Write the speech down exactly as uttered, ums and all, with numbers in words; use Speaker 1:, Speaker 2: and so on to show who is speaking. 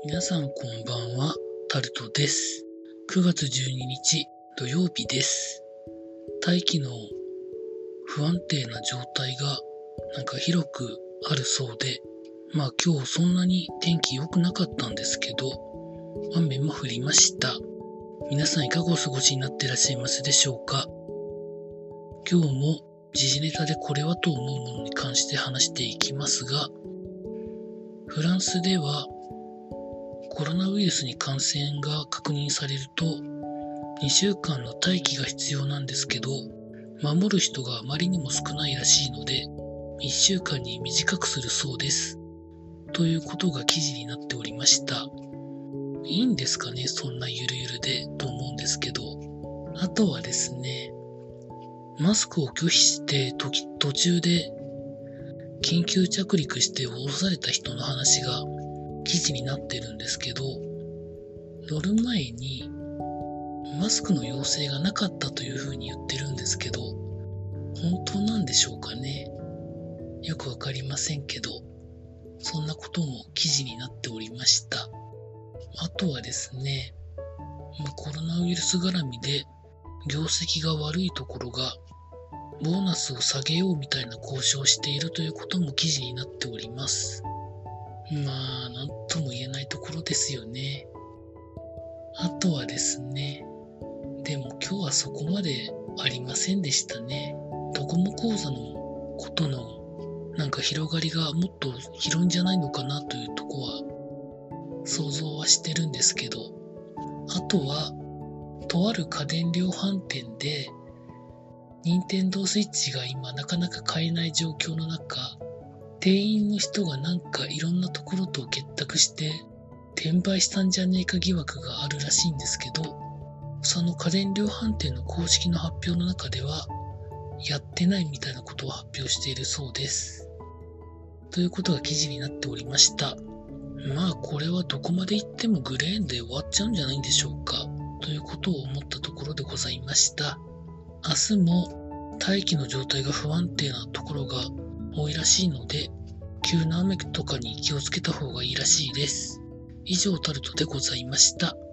Speaker 1: 皆さんこんばんは、タルトです。くがつじゅうににち土曜日です。大気の不安定な状態がなんか広くあるそうで、まあ今日そんなに天気良くなかったんですけど、雨も降りました。皆さんいかがお過ごしになっていらっしゃいますでしょうか。今日も時事ネタでこれはと思うものに関して話していきますが、フランスではコロナウイルスに感染が確認されるとにしゅうかんの待機が必要なんですけど、守る人があまりにも少ないらしいのでいっしゅうかんに短くするそうです。ということが記事になっておりました。いいんですかね、そんなゆるゆるでと思うんですけど。あとはですね、マスクを拒否して途中で緊急着陸して降ろされた人の話が記事になってるんですけど、乗る前にマスクの要請がなかったというふうに言ってるんですけど、本当なんでしょうかね。よくわかりませんけど、そんなことも記事になっておりました。あとはですね、コロナウイルス絡みで業績が悪いところがボーナスを下げようみたいな交渉をしているということも記事になっております。まあ、なんとも言えないところですよね。あとはですね、でも今日はそこまでありませんでしたね。ドコモ口座のことのなんか広がりがもっと広いんじゃないのかなというとこは想像はしてるんですけど、あとはとある家電量販店で任天堂スイッチが今なかなか買えない状況の中、店員の人がなんかいろんなところと結託して転売したんじゃねえか疑惑があるらしいんですけど、その家電量販店の公式の発表の中ではやってないみたいなことを発表しているそうです。ということが記事になっておりました。まあこれはどこまで行ってもグレーンで終わっちゃうんじゃないんでしょうか、ということを思ったところでございました。明日も大気の状態が不安定なところが多いらしいので、急な雨とかに気をつけた方がいいらしいです。以上タルトでございました。